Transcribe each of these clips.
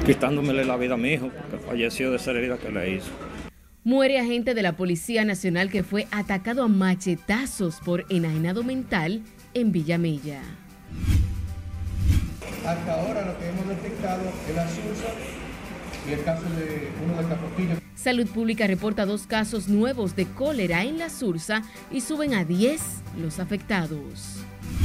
Quitándomele la vida a mi hijo, porque falleció de esa herida que le hizo. Muere agente de la Policía Nacional que fue atacado a machetazos por enajenado mental en Villamella. Hasta ahora lo que hemos detectado es la SURSA y el caso de uno de Capotillo. Salud Pública reporta 2 casos nuevos de cólera en la Sursa y suben a 10 los afectados.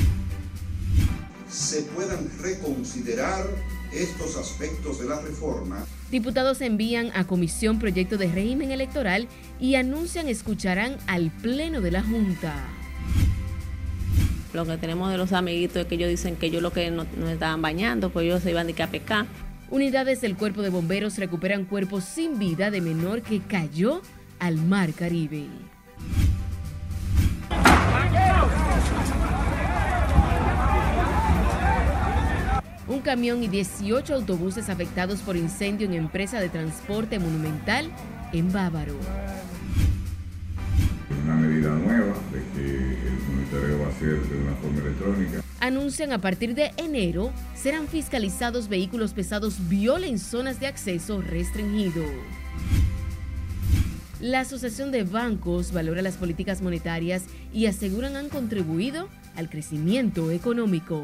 Se puedan reconsiderar estos aspectos de la reforma. Diputados envían a comisión proyecto de régimen electoral y anuncian escucharán al Pleno de la Junta. Lo que tenemos de los amiguitos es que ellos dicen que ellos lo que no estaban bañando, pues ellos se iban de que a pescar. Unidades del Cuerpo de Bomberos recuperan cuerpos sin vida de menor que cayó al Mar Caribe. Un camión y 18 autobuses afectados por incendio en empresa de transporte monumental en Bávaro. Una medida nueva de que el monitoreo va a ser de una forma electrónica. Anuncian a partir de enero serán fiscalizados vehículos pesados viola en zonas de acceso restringido. La Asociación de Bancos valora las políticas monetarias y aseguran han contribuido al crecimiento económico.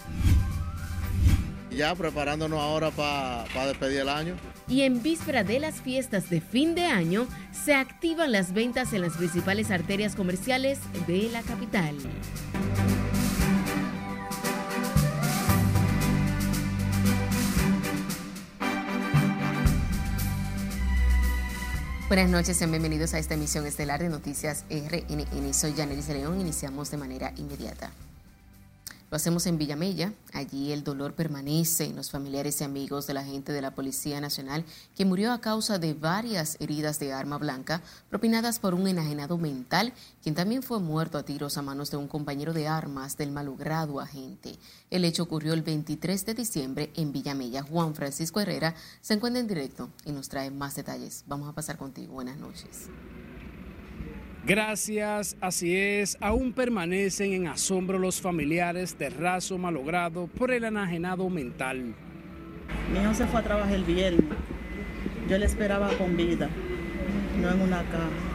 Ya preparándonos ahora para despedir el año. Y en víspera de las fiestas de fin de año, se activan las ventas en las principales arterias comerciales de la capital. Buenas noches, sean bienvenidos a esta emisión estelar de Noticias RNN. Soy Yanelis León, iniciamos de manera inmediata. Lo hacemos en Villamella. Allí el dolor permanece en los familiares y amigos de la agente de la Policía Nacional que murió a causa de varias heridas de arma blanca propinadas por un enajenado mental, quien también fue muerto a tiros a manos de un compañero de armas del malogrado agente. El hecho ocurrió el 23 de diciembre en Villamella. Juan Francisco Herrera se encuentra en directo y nos trae más detalles. Vamos a pasar contigo. Buenas noches. Gracias, así es, aún permanecen en asombro los familiares de Razo malogrado por el enajenado mental. Mi hijo se fue a trabajar el viernes, yo le esperaba con vida, no en una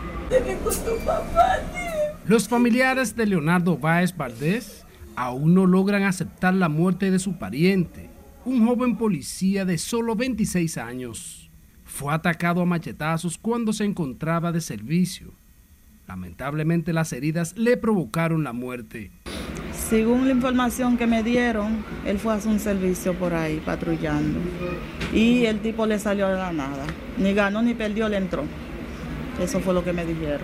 caja. Los familiares de Leonardo Báez Valdés aún no logran aceptar la muerte de su pariente, un joven policía de solo 26 años. Fue atacado a machetazos cuando se encontraba de servicio. Lamentablemente las heridas le provocaron la muerte. Según la información que me dieron, él fue a hacer un servicio por ahí patrullando y el tipo le salió de la nada. Ni ganó ni perdió, le entró. Eso fue lo que me dijeron.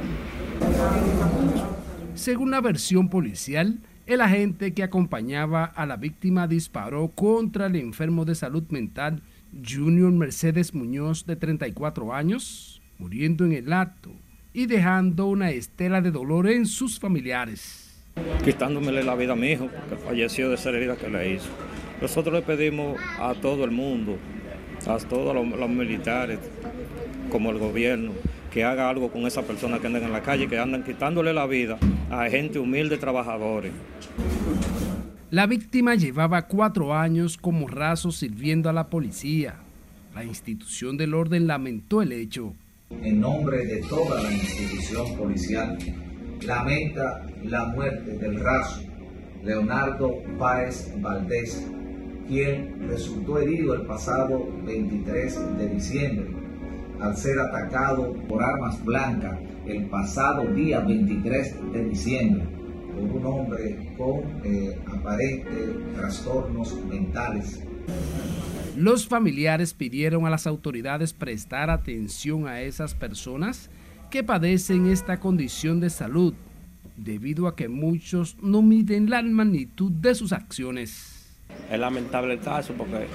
Según la versión policial, el agente que acompañaba a la víctima disparó contra el enfermo de salud mental Junior Mercedes Muñoz, de 34 años, muriendo en el acto y dejando una estela de dolor en sus familiares. Quitándomele la vida a mi hijo, porque falleció de esa herida que le hizo. Nosotros le pedimos a todo el mundo, a todos los militares, como el gobierno, que haga algo con esas personas que andan en la calle, que andan quitándole la vida a gente humilde, trabajadores. La víctima llevaba 4 años como Razo sirviendo a la policía. La institución del orden lamentó el hecho. En nombre de toda la institución policial, lamenta la muerte del Razo Leonardo Báez Valdés, quien resultó herido el pasado 23 de diciembre al ser atacado por armas blancas el pasado día 23 de diciembre por un hombre con aparentes trastornos mentales. Los familiares pidieron a las autoridades prestar atención a esas personas que padecen esta condición de salud, debido a que muchos no miden la magnitud de sus acciones. Es lamentable el caso porque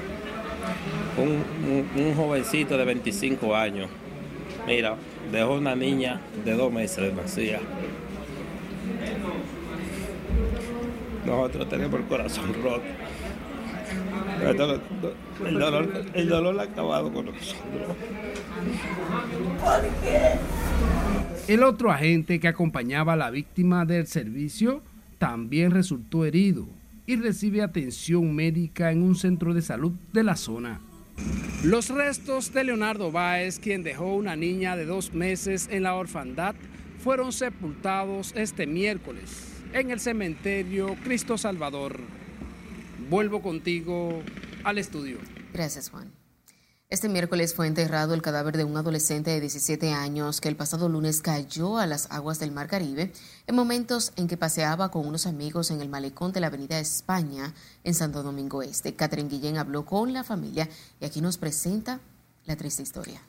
un jovencito de 25 años, mira, dejó una niña de 2 meses de nacida. Nosotros tenemos el corazón roto. El dolor ha acabado con nosotros. ¿Por qué? El otro agente que acompañaba a la víctima del servicio también resultó herido y recibe atención médica en un centro de salud de la zona. Los restos de Leonardo Báez, quien dejó una niña de 2 meses en la orfandad, fueron sepultados este miércoles en el cementerio Cristo Salvador. Vuelvo contigo al estudio. Gracias, Juan. Este miércoles fue enterrado el cadáver de un adolescente de 17 años que el pasado lunes cayó a las aguas del Mar Caribe en momentos en que paseaba con unos amigos en el malecón de la Avenida España en Santo Domingo Este. Catherine Guillén habló con la familia y aquí nos presenta la triste historia.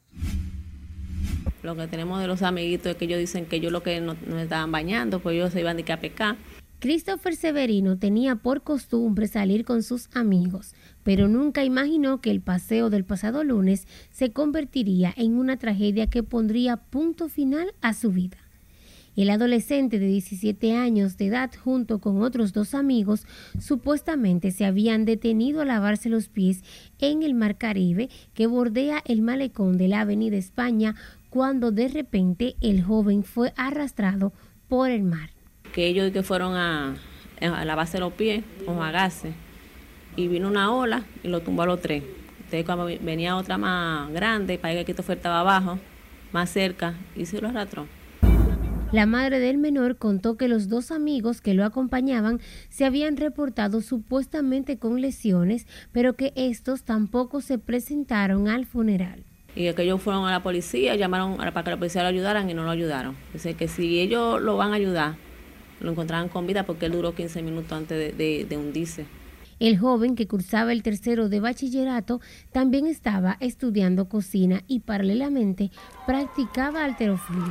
Lo que tenemos de los amiguitos es que ellos dicen que ellos lo que nos estaban bañando, pues ellos se iban de a pescar. Christopher Severino tenía por costumbre salir con sus amigos, pero nunca imaginó que el paseo del pasado lunes se convertiría en una tragedia que pondría punto final a su vida. El adolescente de 17 años de edad, junto con otros 2 amigos, supuestamente se habían detenido a lavarse los pies en el Mar Caribe que bordea el malecón de la Avenida España, cuando de repente el joven fue arrastrado por el mar. Que ellos que fueron a lavarse los pies con agace y vino una ola y lo tumbó a los 3. Entonces cuando venía otra más grande, para que Christopher estaba abajo, más cerca, y se lo arrastró. La madre del menor contó que los 2 amigos que lo acompañaban se habían reportado supuestamente con lesiones, pero que estos tampoco se presentaron al funeral. Y que ellos fueron a la policía, llamaron para que la policía lo ayudaran y no lo ayudaron. Dice que si ellos lo van a ayudar, lo encontraban con vida porque él duró 15 minutos antes de hundirse. El joven, que cursaba el 3º de bachillerato, también estaba estudiando cocina y paralelamente practicaba halterofilia.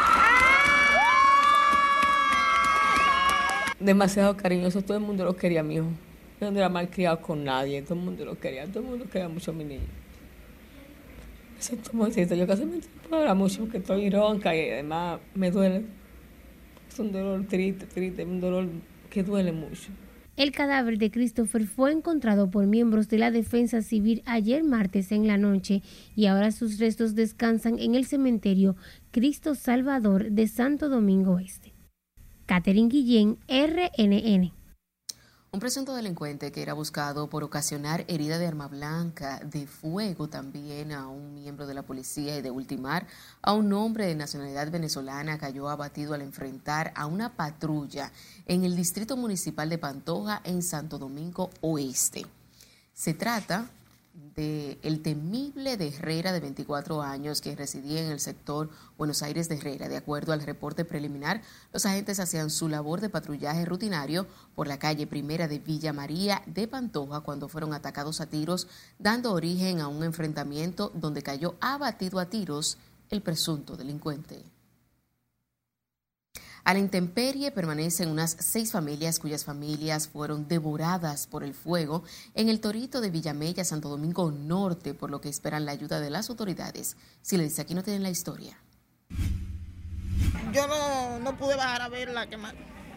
Demasiado cariñoso, todo el mundo lo quería, mi hijo. Yo no era malcriado con nadie, todo el mundo lo quería mucho a mi niño. Excepto Moisés, yo casi me habla mucho porque estoy ronca y además me duele. Es un dolor triste, un dolor que duele mucho. El cadáver de Christopher fue encontrado por miembros de la Defensa Civil ayer martes en la noche y ahora sus restos descansan en el cementerio Cristo Salvador de Santo Domingo Este. Catherine Guillén, RNN. Un presunto delincuente que era buscado por ocasionar herida de arma blanca de fuego también a un miembro de la policía y de ultimar a un hombre de nacionalidad venezolana cayó abatido al enfrentar a una patrulla en el distrito municipal de Pantoja en Santo Domingo Oeste. Se trata de el temible de Herrera, de 24 años, que residía en el sector Buenos Aires de Herrera. De acuerdo al reporte preliminar, los agentes hacían su labor de patrullaje rutinario por la calle Primera de Villa María de Pantoja cuando fueron atacados a tiros, dando origen a un enfrentamiento donde cayó abatido a tiros el presunto delincuente. A la intemperie permanecen unas 6 familias cuyas familias fueron devoradas por el fuego en el Torito de Villamella, Santo Domingo Norte, por lo que esperan la ayuda de las autoridades. Si le dice, aquí no tienen la historia. Yo no pude bajar a verla quemar.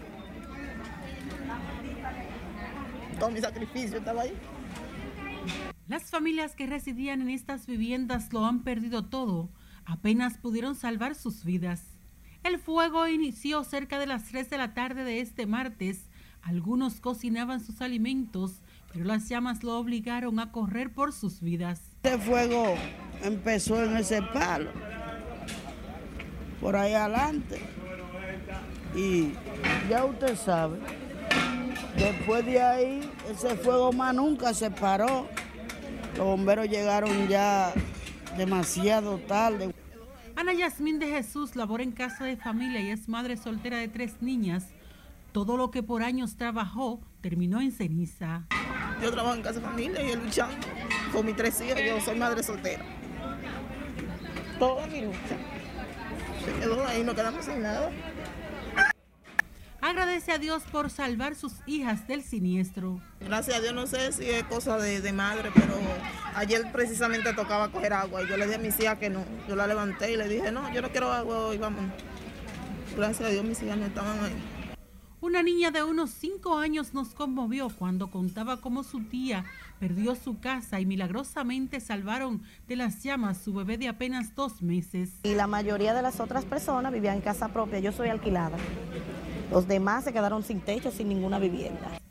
Todo mi sacrificio estaba ahí. Las familias que residían en estas viviendas lo han perdido todo. Apenas pudieron salvar sus vidas. El fuego inició cerca de las 3 de la tarde de este martes. Algunos cocinaban sus alimentos, pero las llamas lo obligaron a correr por sus vidas. Este fuego empezó en ese palo, por ahí adelante, y ya usted sabe, después de ahí ese fuego más nunca se paró. Los bomberos llegaron ya demasiado tarde. Ana Yasmín de Jesús labora en casa de familia y es madre soltera de 3 niñas. Todo lo que por años trabajó terminó en ceniza. Yo trabajo en casa de familia y luchando con mis 3 hijas. Yo soy madre soltera. Toda mi lucha se quedó ahí, no quedamos sin nada. Agradece a Dios por salvar sus hijas del siniestro. Gracias a Dios, no sé si es cosa de madre, pero ayer precisamente tocaba coger agua y yo le dije a mis hijas que no. Yo la levanté y le dije, no, yo no quiero agua hoy, vamos. Gracias a Dios mis hijas no estaban ahí. Una niña de unos 5 años nos conmovió cuando contaba cómo su tía perdió su casa y milagrosamente salvaron de las llamas su bebé de apenas 2 meses. Y la mayoría de las otras personas vivían en casa propia, yo soy alquilada. Los demás se quedaron sin techo, sin ninguna vivienda.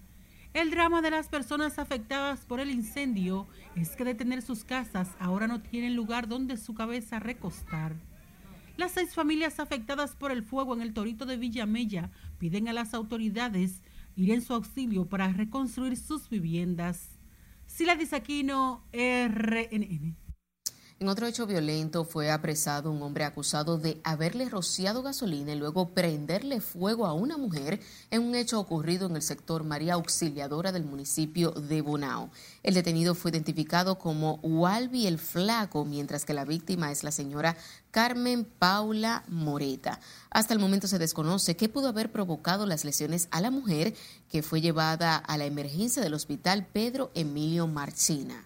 El drama de las personas afectadas por el incendio es que de tener sus casas ahora no tienen lugar donde su cabeza recostar. Las 6 familias afectadas por el fuego en el Torito de Villamella piden a las autoridades ir en su auxilio para reconstruir sus viviendas. Siladis Aquino, RNN. En otro hecho violento fue apresado un hombre acusado de haberle rociado gasolina y luego prenderle fuego a una mujer en un hecho ocurrido en el sector María Auxiliadora del municipio de Bonao. El detenido fue identificado como Walby el Flaco, mientras que la víctima es la señora Carmen Paula Moreta. Hasta el momento se desconoce qué pudo haber provocado las lesiones a la mujer, que fue llevada a la emergencia del hospital Pedro Emilio Marchina.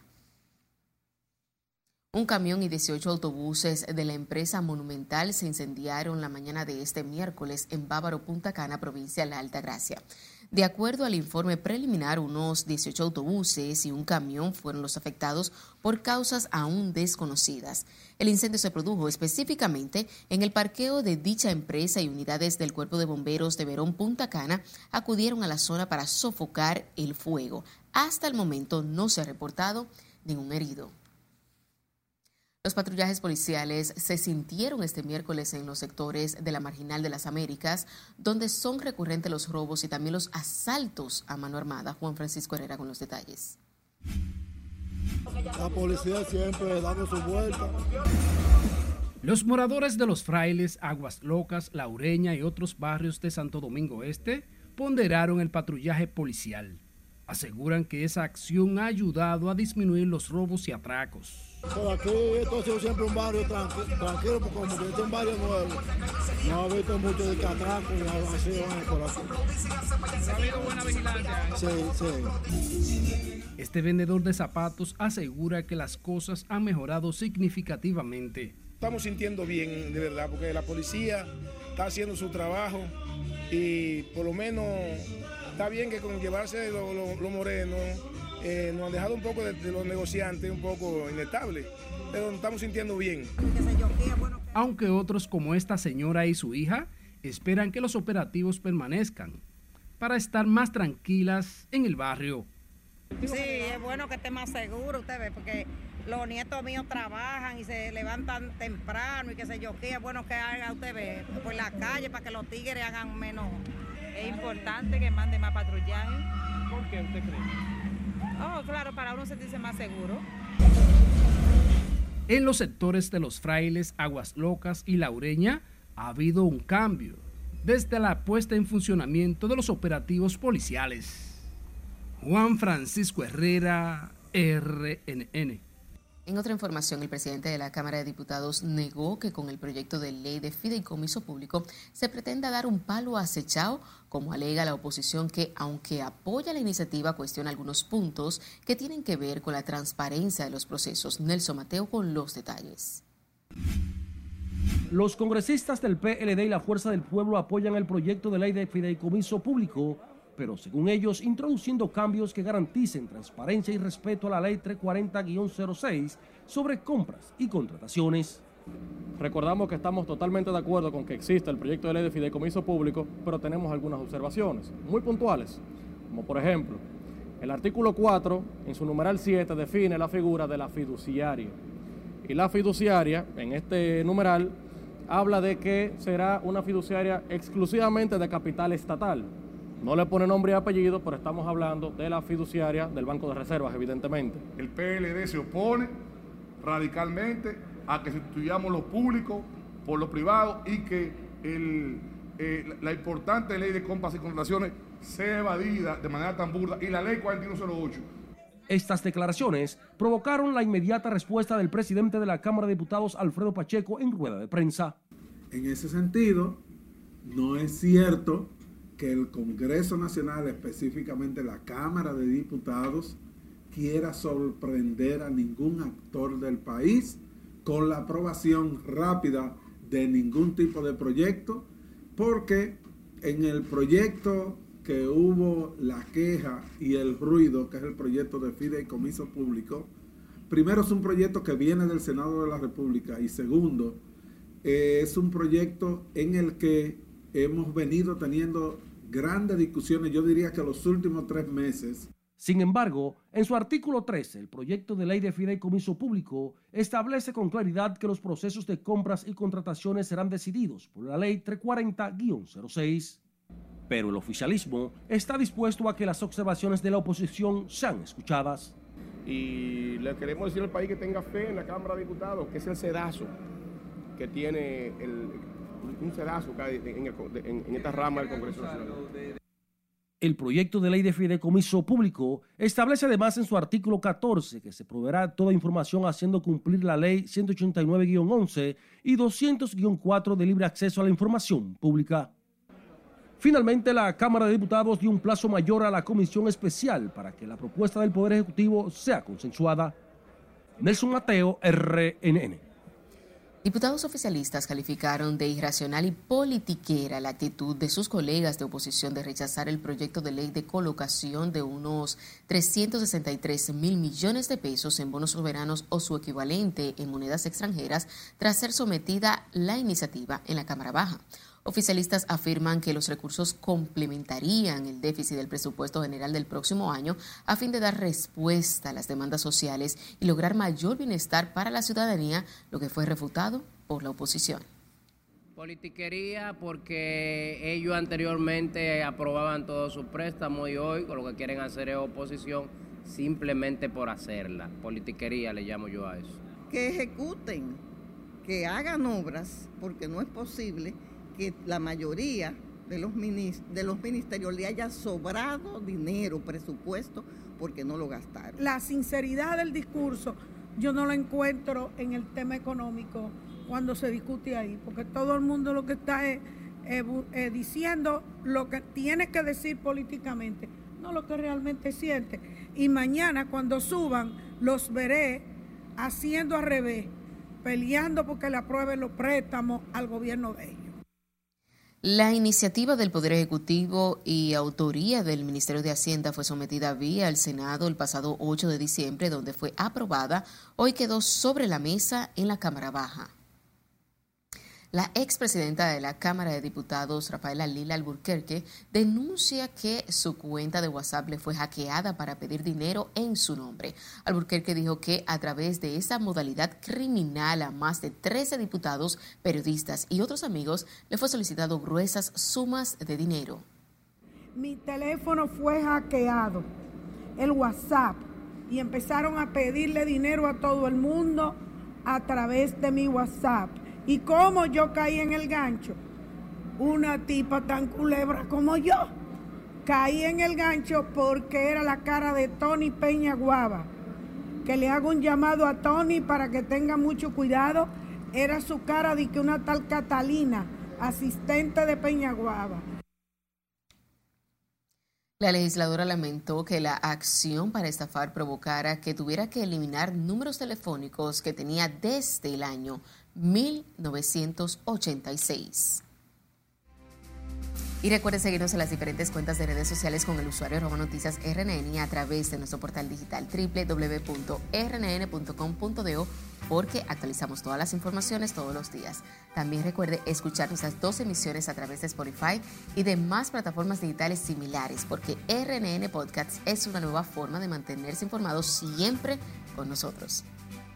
Un camión y 18 autobuses de la empresa Monumental se incendiaron la mañana de este miércoles en Bávaro, Punta Cana, provincia de la Altagracia. De acuerdo al informe preliminar, unos 18 autobuses y un camión fueron los afectados por causas aún desconocidas. El incendio se produjo específicamente en el parqueo de dicha empresa y unidades del Cuerpo de Bomberos de Verón, Punta Cana, acudieron a la zona para sofocar el fuego. Hasta el momento no se ha reportado ningún herido. Los patrullajes policiales se sintieron este miércoles en los sectores de la Marginal de las Américas, donde son recurrentes los robos y también los asaltos a mano armada. Juan Francisco Herrera con los detalles. La policía siempre dando su vuelta. Los moradores de Los Frailes, Aguas Locas, La Ureña y otros barrios de Santo Domingo Este ponderaron el patrullaje policial. Aseguran que esa acción ha ayudado a disminuir los robos y atracos. Por aquí esto ha sido siempre un barrio tranquilo, porque como que este es un barrio nuevo, no ha visto mucho de atracos y evasión por aquí. ¿Ha habido buena vigilancia? Sí. Este vendedor de zapatos asegura que las cosas han mejorado significativamente. Estamos sintiendo bien, de verdad, porque la policía está haciendo su trabajo y por lo menos está bien que con llevarse lo moreno nos han dejado un poco de los negociantes un poco inestables, pero nos estamos sintiendo bien. Aunque otros, como esta señora y su hija, esperan que los operativos permanezcan para estar más tranquilas en el barrio. Sí, es bueno que esté más seguro, usted ve, porque los nietos míos trabajan y se levantan temprano y qué sé yo qué, es bueno que haga usted ve por la calle para que los tigres hagan menos. Es importante que mande más patrullaje. ¿Por qué usted cree? Oh, claro, para uno sentirse más seguro. En los sectores de Los Frailes, Aguas Locas y La Ureña ha habido un cambio desde la puesta en funcionamiento de los operativos policiales. Juan Francisco Herrera, RNN. En otra información, el presidente de la Cámara de Diputados negó que con el proyecto de ley de fideicomiso público se pretenda dar un palo a Sechao, como alega la oposición que, aunque apoya la iniciativa, cuestiona algunos puntos que tienen que ver con la transparencia de los procesos. Nelson Mateo con los detalles. Los congresistas del PLD y la Fuerza del Pueblo apoyan el proyecto de ley de fideicomiso público, pero según ellos, introduciendo cambios que garanticen transparencia y respeto a la ley 340-06 sobre compras y contrataciones. Recordamos que estamos totalmente de acuerdo con que exista el proyecto de ley de fideicomiso público, pero tenemos algunas observaciones muy puntuales, como por ejemplo, el artículo 4, en su numeral 7, define la figura de la fiduciaria. Y la fiduciaria, en este numeral, habla de que será una fiduciaria exclusivamente de capital estatal. No le pone nombre y apellido, pero estamos hablando de la fiduciaria del Banco de Reservas, evidentemente. El PLD se opone radicalmente a que sustituyamos lo público por lo privado y que la importante ley de compras y contrataciones sea evadida de manera tan burda y la ley 4108. Estas declaraciones provocaron la inmediata respuesta del presidente de la Cámara de Diputados, Alfredo Pacheco, en rueda de prensa. En ese sentido, no es cierto que el Congreso Nacional, específicamente la Cámara de Diputados, quiera sorprender a ningún actor del país con la aprobación rápida de ningún tipo de proyecto, porque en el proyecto que hubo la queja y el ruido, que es el proyecto de fideicomiso público, primero es un proyecto que viene del Senado de la República y segundo, es un proyecto en el que hemos venido teniendo grandes discusiones, yo diría que los últimos 3 meses. Sin embargo, en su artículo 13, el proyecto de ley de fideicomiso público establece con claridad que los procesos de compras y contrataciones serán decididos por la ley 340-06. Pero el oficialismo está dispuesto a que las observaciones de la oposición sean escuchadas. Y le queremos decir al país que tenga fe en la Cámara de Diputados, que es el sedazo que tiene un sedazo en esta rama del Congreso Nacional. El proyecto de ley de fideicomiso público establece además en su artículo 14 que se proveerá toda información haciendo cumplir la ley 189-11 y 200-4 de libre acceso a la información pública. Finalmente, la Cámara de Diputados dio un plazo mayor a la Comisión Especial para que la propuesta del Poder Ejecutivo sea consensuada. Nelson Mateo, RNN. Diputados oficialistas calificaron de irracional y politiquera la actitud de sus colegas de oposición de rechazar el proyecto de ley de colocación de unos 363,000 millones de pesos en bonos soberanos o su equivalente en monedas extranjeras tras ser sometida la iniciativa en la Cámara Baja. Oficialistas afirman que los recursos complementarían el déficit del presupuesto general del próximo año a fin de dar respuesta a las demandas sociales y lograr mayor bienestar para la ciudadanía, lo que fue refutado por la oposición. Politiquería porque ellos anteriormente aprobaban todos sus préstamos y hoy lo que quieren hacer es oposición simplemente por hacerla. Politiquería le llamo yo a eso. Que ejecuten, que hagan obras, porque no es posible que la mayoría de los ministerios le haya sobrado dinero, presupuesto, porque no lo gastaron. La sinceridad del discurso yo no la encuentro en el tema económico cuando se discute ahí, porque todo el mundo lo que está es diciendo lo que tiene que decir políticamente, no lo que realmente siente. Y mañana cuando suban los veré haciendo al revés, peleando porque le aprueben los préstamos al gobierno de ellos. La iniciativa del Poder Ejecutivo y autoría del Ministerio de Hacienda fue sometida vía al Senado el pasado 8 de diciembre, donde fue aprobada. Hoy quedó sobre la mesa en la Cámara Baja. La expresidenta de la Cámara de Diputados, Rafaela Lila Alburquerque, denuncia que su cuenta de WhatsApp le fue hackeada para pedir dinero en su nombre. Alburquerque dijo que a través de esa modalidad criminal a más de 13 diputados, periodistas y otros amigos le fue solicitado gruesas sumas de dinero. Mi teléfono fue hackeado, el WhatsApp, y empezaron a pedirle dinero a todo el mundo a través de mi WhatsApp. ¿Y cómo yo caí en el gancho? Una tipa tan culebra como yo. Caí en el gancho porque era la cara de Tony Peña Guava. Que le hago un llamado a Tony para que tenga mucho cuidado. Era su cara de que una tal Catalina, asistente de Peña Guava. La legisladora lamentó que la acción para estafar provocara que tuviera que eliminar números telefónicos que tenía desde el año 1986. Y recuerde seguirnos en las diferentes cuentas de redes sociales con el usuario @noticiasrnn y a través de nuestro portal digital www.rnn.com.do, porque actualizamos todas las informaciones todos los días. También recuerde escuchar nuestras 2 emisiones a través de Spotify y demás plataformas digitales similares, porque RNN Podcasts es una nueva forma de mantenerse informados siempre con nosotros.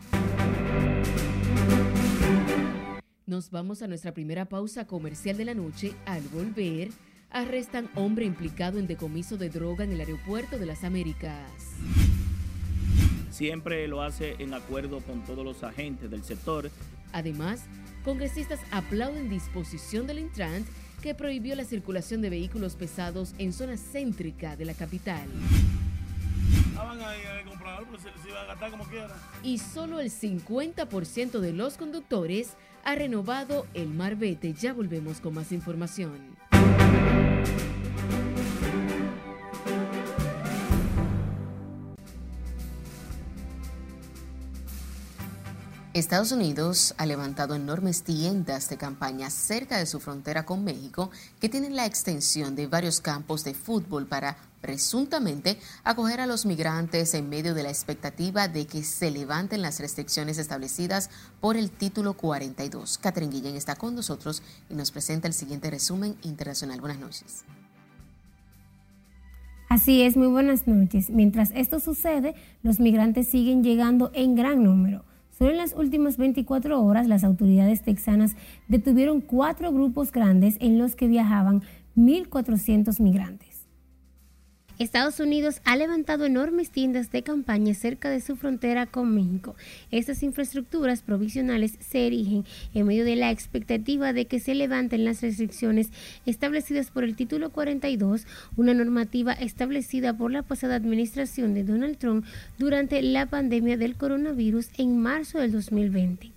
Nos vamos a nuestra primera pausa comercial de la noche. Al volver, arrestan hombre implicado en decomiso de droga en el aeropuerto de las Américas. Siempre lo hace en acuerdo con todos los agentes del sector. Además, congresistas aplauden disposición del Intrant que prohibió la circulación de vehículos pesados en zona céntrica de la capital. Van a ir a comprar, pues se va a gastar como quiera. Y solo el 50% de los conductores ha renovado el marbete. Ya volvemos con más información. Estados Unidos ha levantado enormes tiendas de campaña cerca de su frontera con México que tienen la extensión de varios campos de fútbol para presuntamente acoger a los migrantes en medio de la expectativa de que se levanten las restricciones establecidas por el Título 42. Catherine Guillén está con nosotros y nos presenta el siguiente resumen internacional. Buenas noches. Así es, muy buenas noches. Mientras esto sucede, los migrantes siguen llegando en gran número. Solo en las últimas 24 horas, las autoridades texanas detuvieron 4 grupos grandes en los que viajaban 1.400 migrantes. Estados Unidos ha levantado enormes tiendas de campaña cerca de su frontera con México. Estas infraestructuras provisionales se erigen en medio de la expectativa de que se levanten las restricciones establecidas por el Título 42, una normativa establecida por la pasada administración de Donald Trump durante la pandemia del coronavirus en marzo del 2020.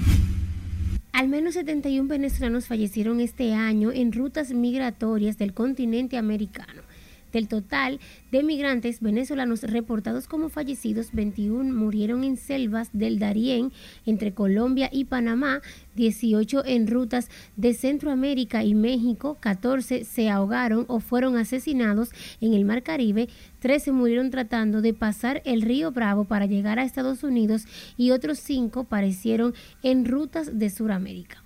Al menos 71 venezolanos fallecieron este año en rutas migratorias del continente americano. Del total de migrantes venezolanos reportados como fallecidos, 21 murieron en selvas del Darién entre Colombia y Panamá, 18 en rutas de Centroamérica y México, 14 se ahogaron o fueron asesinados en el Mar Caribe, 13 murieron tratando de pasar el río Bravo para llegar a Estados Unidos y otros 5 perecieron en rutas de Sudamérica.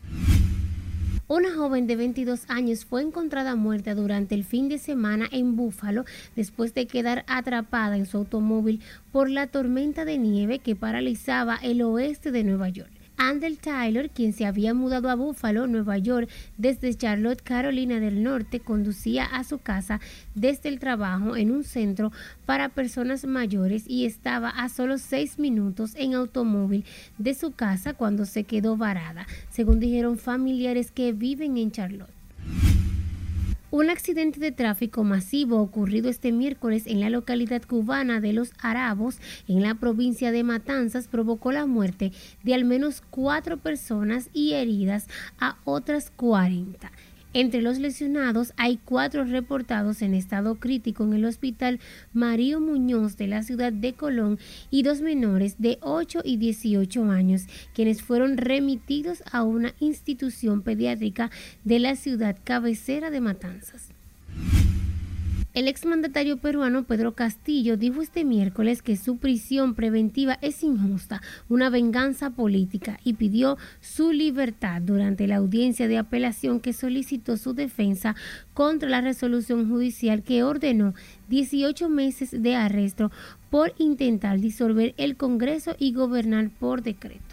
Una joven de 22 años fue encontrada muerta durante el fin de semana en Búfalo después de quedar atrapada en su automóvil por la tormenta de nieve que paralizaba el oeste de Nueva York. Andel Taylor, quien se había mudado a Búfalo, Nueva York, desde Charlotte, Carolina del Norte, conducía a su casa desde el trabajo en un centro para personas mayores y estaba a solo 6 minutos en automóvil de su casa cuando se quedó varada, según dijeron familiares que viven en Charlotte. Un accidente de tráfico masivo ocurrido este miércoles en la localidad cubana de Los Arabos, en la provincia de Matanzas, provocó la muerte de al menos 4 personas y heridas a otras 40. Entre los lesionados hay 4 reportados en estado crítico en el hospital Mario Muñoz de la ciudad de Colón y 2 menores de 8 y 18 años, quienes fueron remitidos a una institución pediátrica de la ciudad cabecera de Matanzas. El exmandatario peruano Pedro Castillo dijo este miércoles que su prisión preventiva es injusta, una venganza política, y pidió su libertad durante la audiencia de apelación que solicitó su defensa contra la resolución judicial que ordenó 18 meses de arresto por intentar disolver el Congreso y gobernar por decreto.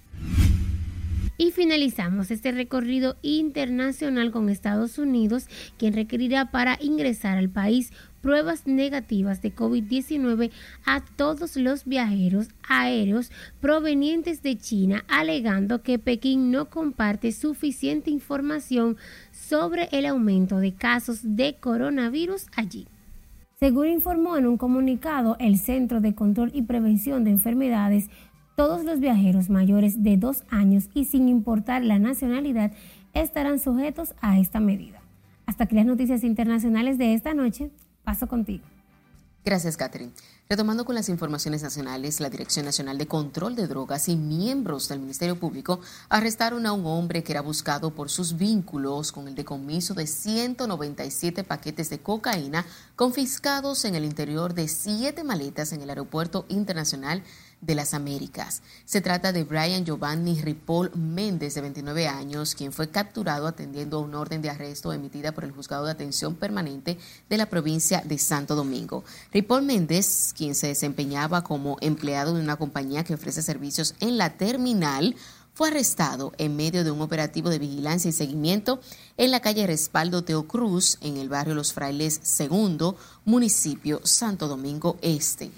Y finalizamos este recorrido internacional con Estados Unidos, quien requerirá para ingresar al país pruebas negativas de COVID-19 a todos los viajeros aéreos provenientes de China, alegando que Pekín no comparte suficiente información sobre el aumento de casos de coronavirus allí. Según informó en un comunicado el Centro de Control y Prevención de Enfermedades, todos los viajeros mayores de 2 años y sin importar la nacionalidad estarán sujetos a esta medida. Hasta aquí las noticias internacionales de esta noche. Paso contigo. Gracias, Catherine. Retomando con las informaciones nacionales, la Dirección Nacional de Control de Drogas y miembros del Ministerio Público arrestaron a un hombre que era buscado por sus vínculos con el decomiso de 197 paquetes de cocaína confiscados en el interior de 7 maletas en el Aeropuerto Internacional de las Américas. Se trata de Brian Giovanni Ripoll Méndez, de 29 años, quien fue capturado atendiendo a una orden de arresto emitida por el Juzgado de Atención Permanente de la provincia de Santo Domingo. Ripoll Méndez, quien se desempeñaba como empleado de una compañía que ofrece servicios en la terminal, fue arrestado en medio de un operativo de vigilancia y seguimiento en la calle Respaldo Teo Cruz, en el barrio Los Frailes II, municipio Santo Domingo Este.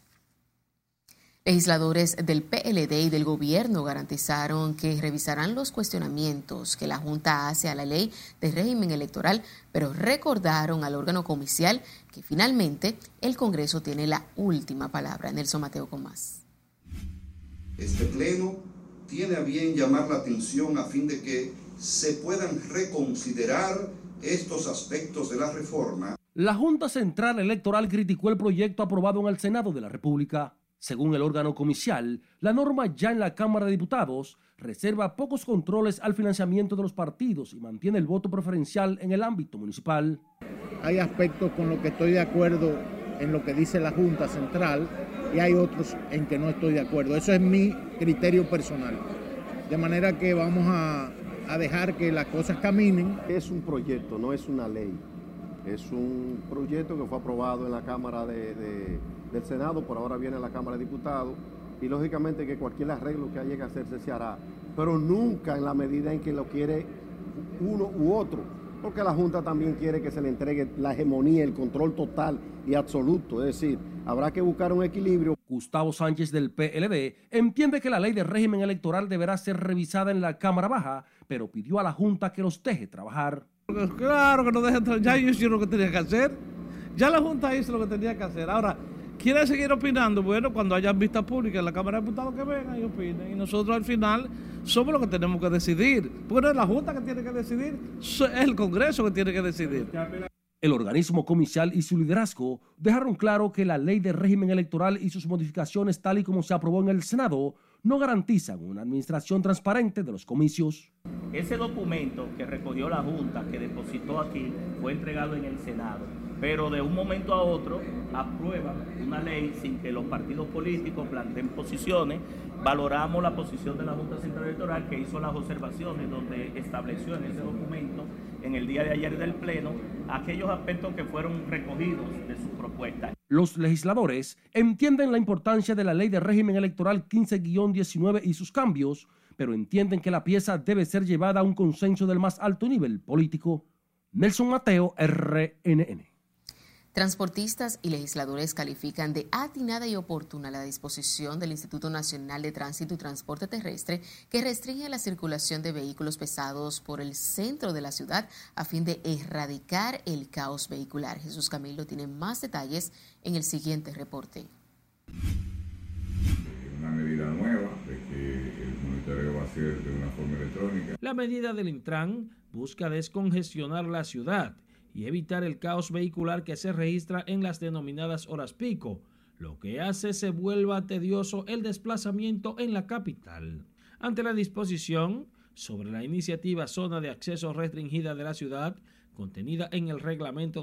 Legisladores del PLD y del gobierno garantizaron que revisarán los cuestionamientos que la Junta hace a la ley de régimen electoral, pero recordaron al órgano comicial que finalmente el Congreso tiene la última palabra. Nelson Mateo con más. Este pleno tiene a bien llamar la atención a fin de que se puedan reconsiderar estos aspectos de la reforma. La Junta Central Electoral criticó el proyecto aprobado en el Senado de la República. Según el órgano comicial, la norma ya en la Cámara de Diputados reserva pocos controles al financiamiento de los partidos y mantiene el voto preferencial en el ámbito municipal. Hay aspectos con los que estoy de acuerdo en lo que dice la Junta Central y hay otros en que no estoy de acuerdo. Eso es mi criterio personal. De manera que vamos a dejar que las cosas caminen. Es un proyecto, no es una ley. Es un proyecto que fue aprobado en la Cámara del Senado, por ahora viene a la Cámara de Diputados, y lógicamente que cualquier arreglo que haya que hacerse se hará, pero nunca en la medida en que lo quiere uno u otro, porque la Junta también quiere que se le entregue la hegemonía, el control total y absoluto, es decir, habrá que buscar un equilibrio. Gustavo Sánchez del PLD entiende que la ley de régimen electoral deberá ser revisada en la Cámara Baja, pero pidió a la Junta que los deje trabajar. Claro que no dejen trabajar, ya ellos hicieron lo que tenía que hacer, ya la Junta hizo lo que tenía que hacer. Ahora, ¿quieren seguir opinando? Bueno, cuando haya vista pública en la Cámara de Diputados que vengan y opinen, y nosotros al final somos los que tenemos que decidir, porque no es la Junta que tiene que decidir, es el Congreso que tiene que decidir. El organismo comicial y su liderazgo dejaron claro que la ley de régimen electoral y sus modificaciones tal y como se aprobó en el Senado no garantizan una administración transparente de los comicios. Ese documento que recogió la Junta, que depositó aquí, fue entregado en el Senado, pero de un momento a otro aprueban una ley sin que los partidos políticos planteen posiciones. Valoramos la posición de la Junta Central Electoral, que hizo las observaciones donde estableció en ese documento, en el día de ayer del Pleno, aquellos aspectos que fueron recogidos de su propuesta. Los legisladores entienden la importancia de la ley de régimen electoral 15-19 y sus cambios, pero entienden que la pieza debe ser llevada a un consenso del más alto nivel político. Nelson Mateo, RNN. Transportistas y legisladores califican de atinada y oportuna la disposición del Instituto Nacional de Tránsito y Transporte Terrestre que restringe la circulación de vehículos pesados por el centro de la ciudad a fin de erradicar el caos vehicular. Jesús Camilo tiene más detalles en el siguiente reporte. Una medida nueva de que el monitoreo va a ser de una forma electrónica. La medida del Intran busca descongestionar la ciudad y evitar el caos vehicular que se registra en las denominadas horas pico, lo que hace se vuelva tedioso el desplazamiento en la capital. Ante la disposición sobre la iniciativa Zona de Acceso Restringida de la Ciudad, contenida en el Reglamento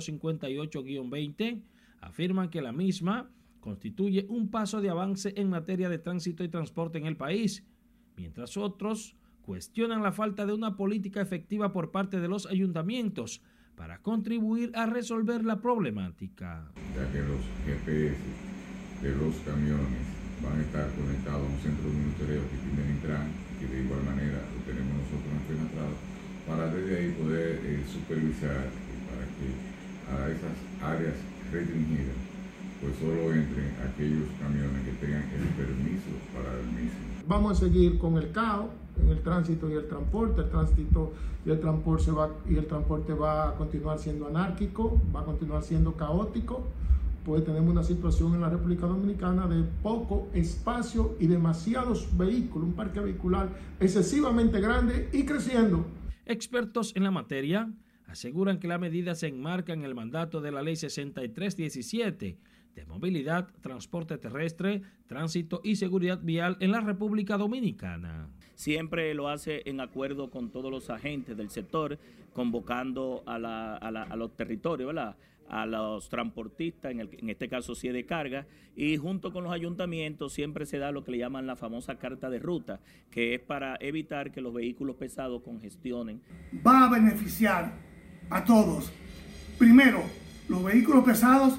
258-20, afirman que la misma constituye un paso de avance en materia de tránsito y transporte en el país, mientras otros cuestionan la falta de una política efectiva por parte de los ayuntamientos para contribuir a resolver la problemática. Ya que los GPS de los camiones van a estar conectados a un centro de monitoreo que tiene el Intran, que de igual manera lo tenemos nosotros en Fenatrado, para desde ahí poder supervisar para que a esas áreas restringidas pues solo entren aquellos camiones que tengan el permiso para el mismo. Vamos a seguir con el caos en el tránsito y el transporte. El tránsito y el transporte va a continuar siendo anárquico, va a continuar siendo caótico, pues tenemos una situación en la República Dominicana de poco espacio y demasiados vehículos, un parque vehicular excesivamente grande y creciendo. Expertos en la materia aseguran que la medida se enmarca en el mandato de la Ley 6317 de movilidad, transporte terrestre, tránsito y seguridad vial en la República Dominicana. Siempre lo hace en acuerdo con todos los agentes del sector, convocando a los territorios, ¿verdad?, a los transportistas, en este caso sí de carga, y junto con los ayuntamientos siempre se da lo que le llaman la famosa carta de ruta, que es para evitar que los vehículos pesados congestionen. Va a beneficiar a todos. Primero, los vehículos pesados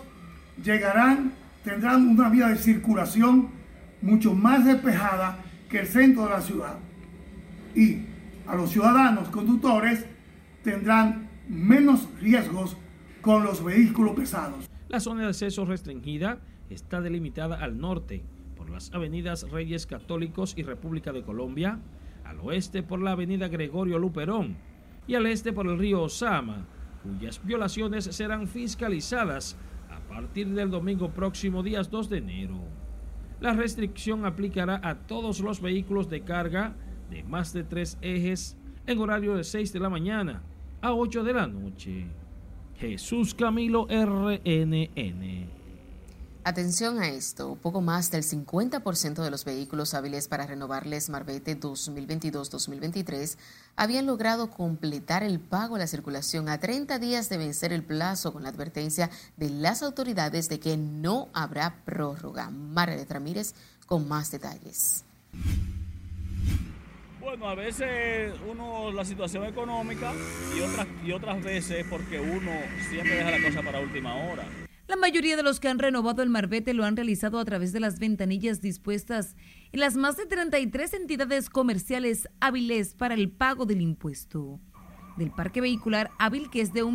tendrán una vía de circulación mucho más despejada que el centro de la ciudad. Y a los ciudadanos conductores tendrán menos riesgos con los vehículos pesados. La zona de acceso restringida está delimitada al norte por las avenidas Reyes Católicos y República de Colombia, al oeste por la avenida Gregorio Luperón y al este por el río Osama, cuyas violaciones serán fiscalizadas a partir del domingo próximo, días 2 de enero. La restricción aplicará a todos los vehículos de carga de más de 3 ejes en horario de 6 de la mañana a 8 de la noche. Jesús Camilo, RNN. Atención a esto, poco más del 50% de los vehículos hábiles para renovarles Marbete 2022-2023 habían logrado completar el pago a la circulación a 30 días de vencer el plazo, con la advertencia de las autoridades de que no habrá prórroga. Margaret Ramírez con más detalles. Bueno, a veces la situación económica y otras veces porque uno siempre deja la cosa para última hora. La mayoría de los que han renovado el marbete lo han realizado a través de las ventanillas dispuestas en las más de 33 entidades comerciales hábiles para el pago del impuesto. Del parque vehicular hábil, que es de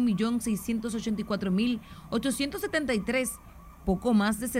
1.684.873, poco más de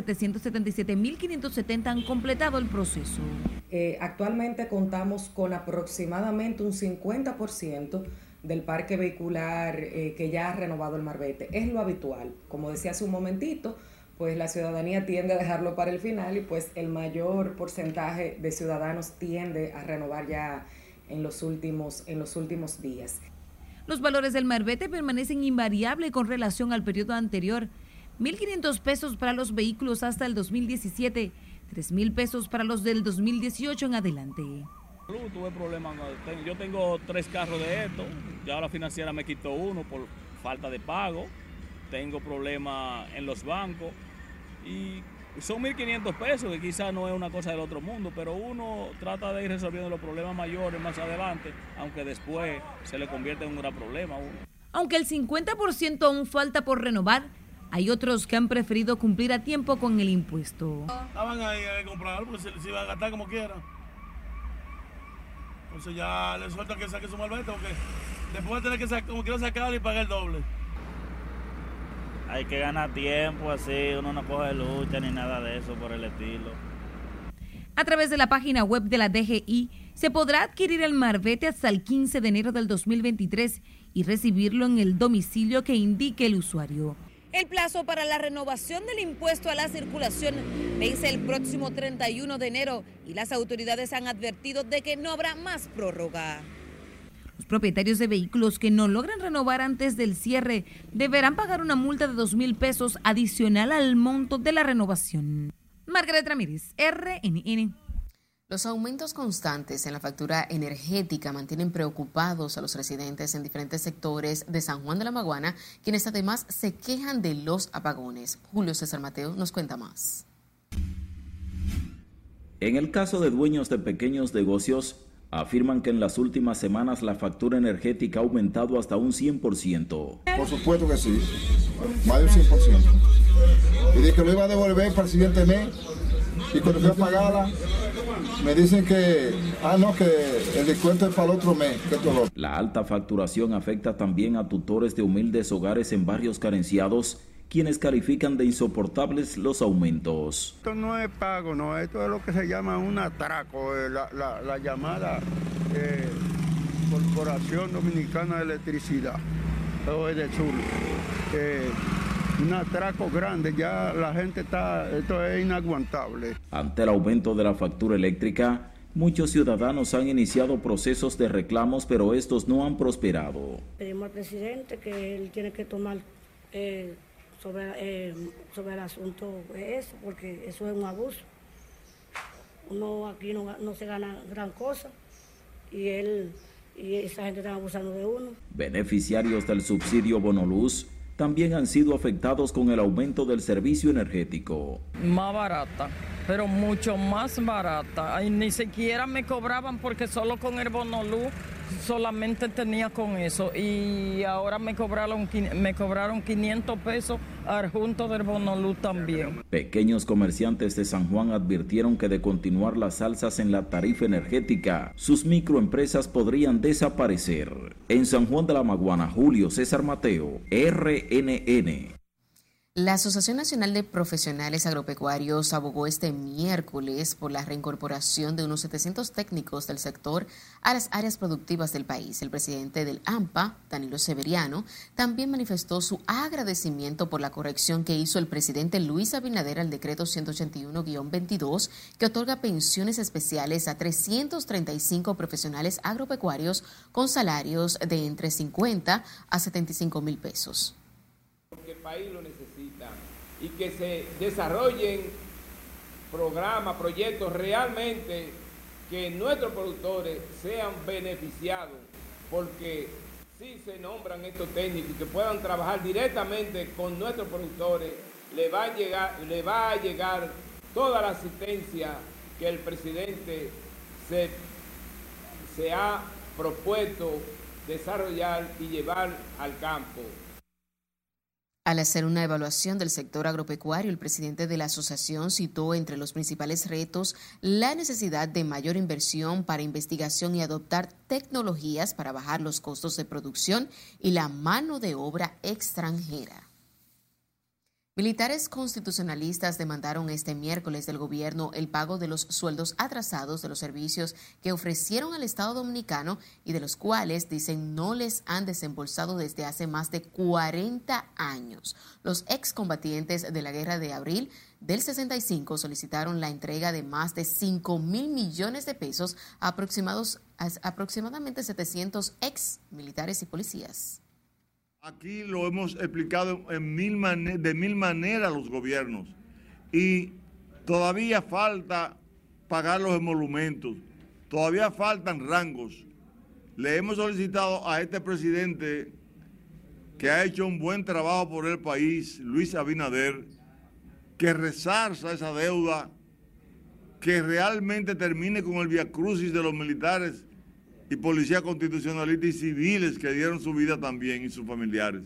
777.570 han completado el proceso. Actualmente contamos con aproximadamente un 50% del parque vehicular que ya ha renovado el marbete. Es lo habitual. Como decía hace un momentito, pues la ciudadanía tiende a dejarlo para el final y pues el mayor porcentaje de ciudadanos tiende a renovar ya en los últimos días. Los valores del marbete permanecen invariables con relación al periodo anterior. 1.500 pesos para los vehículos hasta el 2017, 3.000 pesos para los del 2018 en adelante. Tuve problemas, yo tengo 3 carros de estos, ya la financiera me quitó uno por falta de pago, tengo problemas en los bancos y son 1.500 pesos, que quizás no es una cosa del otro mundo, pero uno trata de ir resolviendo los problemas mayores más adelante, aunque después se le convierte en un gran problema a uno. Aunque el 50% aún falta por renovar, hay otros que han preferido cumplir a tiempo con el impuesto. Estaban ahí a comprar, pues se iba a gastar como quiera. Entonces ya le suelta que saque su malvete, porque después de tener que como quiera sacarlo y pagar el doble. Hay que ganar tiempo, así uno no coge lucha ni nada de eso por el estilo. A través de la página web de la DGI se podrá adquirir el marbete hasta el 15 de enero del 2023 y recibirlo en el domicilio que indique el usuario. El plazo para la renovación del impuesto a la circulación vence el próximo 31 de enero y las autoridades han advertido de que no habrá más prórroga. Los propietarios de vehículos que no logren renovar antes del cierre deberán pagar una multa de 2.000 pesos adicional al monto de la renovación. Margaret Ramírez, RNN. Los aumentos constantes en la factura energética mantienen preocupados a los residentes en diferentes sectores de San Juan de la Maguana, quienes además se quejan de los apagones. Julio César Mateo nos cuenta más. En el caso de dueños de pequeños negocios, afirman que en las últimas semanas la factura energética ha aumentado hasta un 100%. Por supuesto que sí, más de un 100%. Y dije que lo iba a devolver para el siguiente mes, y cuando fui a pagarla, me dicen que el descuento es para el otro mes. La alta facturación afecta también a tutores de humildes hogares en barrios carenciados, quienes califican de insoportables los aumentos. Esto no es pago, no, esto es lo que se llama un atraco, la llamada Corporación Dominicana de Electricidad, todo es del sur. Un atraco grande, ya la gente esto es inaguantable. Ante el aumento de la factura eléctrica, muchos ciudadanos han iniciado procesos de reclamos, pero estos no han prosperado. Pedimos al presidente que él tiene que tomar sobre el asunto de eso, porque eso es un abuso. Uno aquí no se gana gran cosa y esa gente está abusando de uno. Beneficiarios del subsidio Bonoluz también han sido afectados con el aumento del servicio energético. Más barata, pero mucho más barata. Ay, ni siquiera me cobraban porque solo con el Bonoluz solamente tenía con eso y ahora me cobraron 500 pesos adjunto del Bonoluz también. Pequeños comerciantes de San Juan advirtieron que de continuar las alzas en la tarifa energética, sus microempresas podrían desaparecer. En San Juan de la Maguana, Julio César Mateo, RNN. La Asociación Nacional de Profesionales Agropecuarios abogó este miércoles por la reincorporación de unos 700 técnicos del sector a las áreas productivas del país. El presidente del AMPA, Danilo Severiano, también manifestó su agradecimiento por la corrección que hizo el presidente Luis Abinader al decreto 181-22, que otorga pensiones especiales a 335 profesionales agropecuarios con salarios de entre 50 a 75 mil pesos. Porque el país lo necesita y que se desarrollen programas, proyectos realmente que nuestros productores sean beneficiados, porque si se nombran estos técnicos que puedan trabajar directamente con nuestros productores, le va a llegar toda la asistencia que el presidente se ha propuesto desarrollar y llevar al campo. Al hacer una evaluación del sector agropecuario, el presidente de la asociación citó entre los principales retos la necesidad de mayor inversión para investigación y adoptar tecnologías para bajar los costos de producción y la mano de obra extranjera. Militares constitucionalistas demandaron este miércoles del gobierno el pago de los sueldos atrasados de los servicios que ofrecieron al Estado Dominicano y de los cuales dicen no les han desembolsado desde hace más de 40 años. Los excombatientes de la Guerra de Abril del 65 solicitaron la entrega de más de 5.000 millones de pesos a aproximadamente 700 ex militares y policías. Aquí lo hemos explicado de mil maneras a los gobiernos y todavía falta pagar los emolumentos, todavía faltan rangos. Le hemos solicitado a este presidente que ha hecho un buen trabajo por el país, Luis Abinader, que resarza esa deuda, que realmente termine con el viacrucis de los militares y policías constitucionalistas y civiles que dieron su vida también y sus familiares.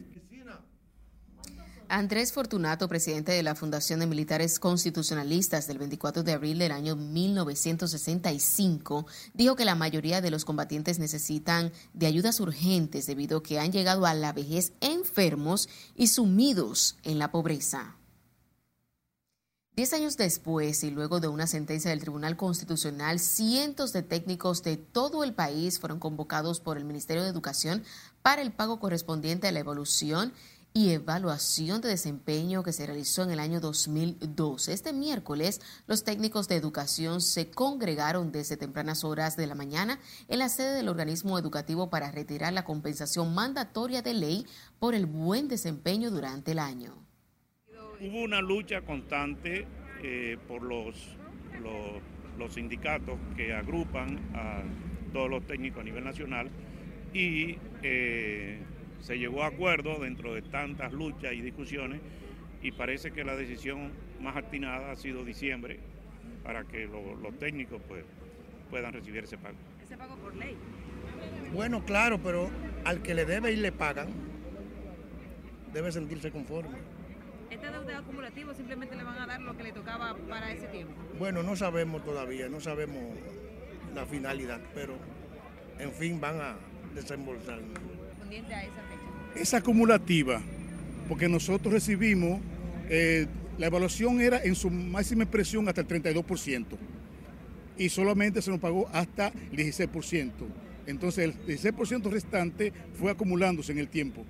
Andrés Fortunato, presidente de la Fundación de Militares Constitucionalistas del 24 de abril del año 1965, dijo que la mayoría de los combatientes necesitan de ayudas urgentes debido a que han llegado a la vejez enfermos y sumidos en la pobreza. 10 años después y luego de una sentencia del Tribunal Constitucional, cientos de técnicos de todo el país fueron convocados por el Ministerio de Educación para el pago correspondiente a la evolución y evaluación de desempeño que se realizó en el año 2012. Este miércoles, los técnicos de educación se congregaron desde tempranas horas de la mañana en la sede del organismo educativo para retirar la compensación mandatoria de ley por el buen desempeño durante el año. Hubo una lucha constante por los sindicatos que agrupan a todos los técnicos a nivel nacional y se llegó a acuerdo dentro de tantas luchas y discusiones y parece que la decisión más atinada ha sido diciembre para que los técnicos pues, puedan recibir ese pago. ¿Ese pago por ley? Bueno, claro, pero al que le debe y le pagan, debe sentirse conforme. ¿Esta deuda acumulativa simplemente le van a dar lo que le tocaba para ese tiempo? Bueno, no sabemos todavía, no sabemos la finalidad, pero en fin van a desembolsar. ¿Correspondiente a esa fecha? Es acumulativa, porque nosotros recibimos, la evaluación era en su máxima expresión hasta el 32%, y solamente se nos pagó hasta el 16%. Entonces el 16% restante fue acumulándose en el tiempo.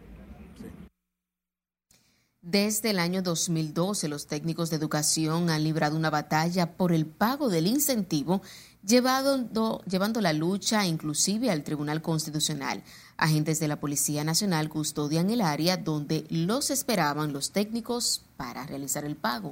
Desde el año 2012, los técnicos de educación han librado una batalla por el pago del incentivo, llevando la lucha inclusive al Tribunal Constitucional. Agentes de la Policía Nacional custodian el área donde los esperaban los técnicos para realizar el pago.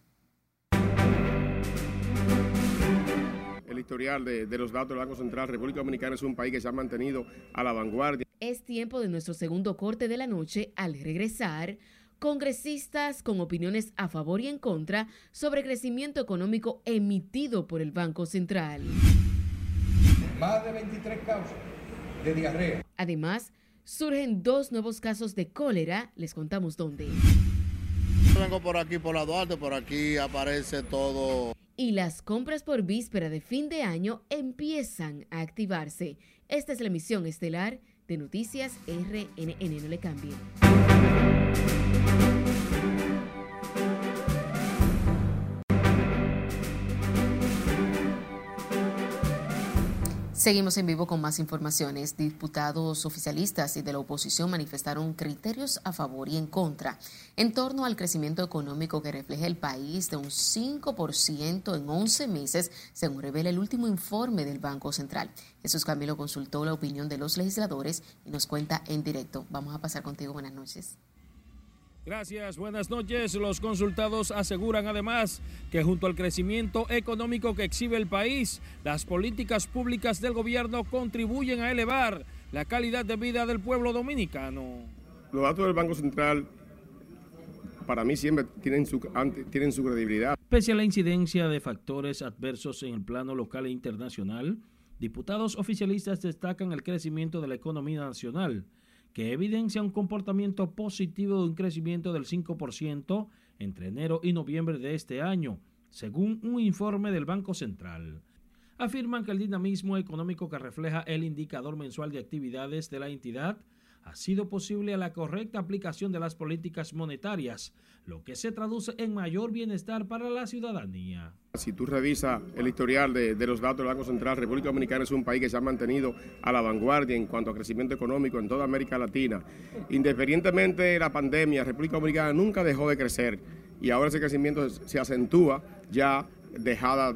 El historial de los datos del Banco Central, República Dominicana es un país que se ha mantenido a la vanguardia. Es tiempo de nuestro segundo corte de la noche. Al regresar, congresistas con opiniones a favor y en contra sobre crecimiento económico emitido por el Banco Central. Más de 23 causas de diarrea. Además, surgen 2 nuevos casos de cólera. Les contamos dónde. Vengo por aquí, por la Duarte, por aquí aparece todo. Y las compras por víspera de fin de año empiezan a activarse. Esta es la emisión estelar de Noticias RNN. No le cambien. Seguimos en vivo con más informaciones. Diputados oficialistas y de la oposición manifestaron criterios a favor y en contra en torno al crecimiento económico que refleja el país de un 5% en 11 meses, según revela el último informe del Banco Central. Jesús Camilo consultó la opinión de los legisladores y nos cuenta en directo. Vamos a pasar contigo. Buenas noches. Gracias, buenas noches. Los consultados aseguran además que junto al crecimiento económico que exhibe el país, las políticas públicas del gobierno contribuyen a elevar la calidad de vida del pueblo dominicano. Los datos del Banco Central para mí siempre tienen su credibilidad. Pese a la incidencia de factores adversos en el plano local e internacional, Diputados oficialistas destacan el crecimiento de la economía nacional, que evidencia un comportamiento positivo de un crecimiento del 5% entre enero y noviembre de este año, según un informe del Banco Central. Afirman que el dinamismo económico que refleja el indicador mensual de actividades de la entidad ha sido posible a la correcta aplicación de las políticas monetarias, lo que se traduce en mayor bienestar para la ciudadanía. Si tú revisas el historial de los datos del Banco Central, República Dominicana es un país que se ha mantenido a la vanguardia en cuanto a crecimiento económico en toda América Latina. Independientemente de la pandemia, República Dominicana nunca dejó de crecer y ahora ese crecimiento se acentúa ya dejada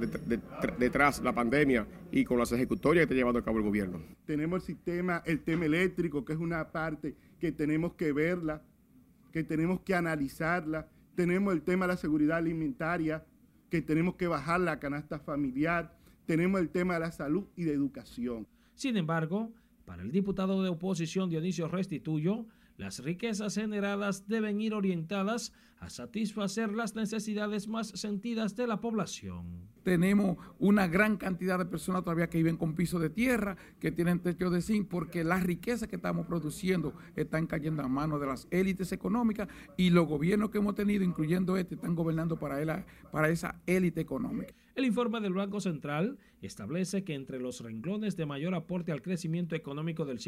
detrás la pandemia y con las ejecutorias que está llevando a cabo el gobierno. Tenemos el tema eléctrico, que es una parte que tenemos que verla, que tenemos que analizarla. Tenemos el tema de la seguridad alimentaria, que tenemos que bajar la canasta familiar. Tenemos el tema de la salud y de educación. Sin embargo, para el diputado de oposición Dionisio Restituyo, las riquezas generadas deben ir orientadas a satisfacer las necesidades más sentidas de la población. Tenemos una gran cantidad de personas todavía que viven con piso de tierra, que tienen techo de zinc, porque las riquezas que estamos produciendo están cayendo a manos de las élites económicas y los gobiernos que hemos tenido, incluyendo están gobernando para esa élite económica. El informe del Banco Central establece que entre los renglones de mayor aporte al crecimiento económico del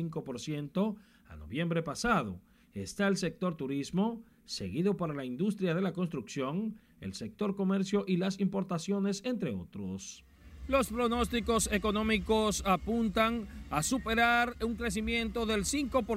5% a noviembre pasado está el sector turismo, seguido por la industria de la construcción, el sector comercio y las importaciones, entre otros. Los pronósticos económicos apuntan a superar un crecimiento del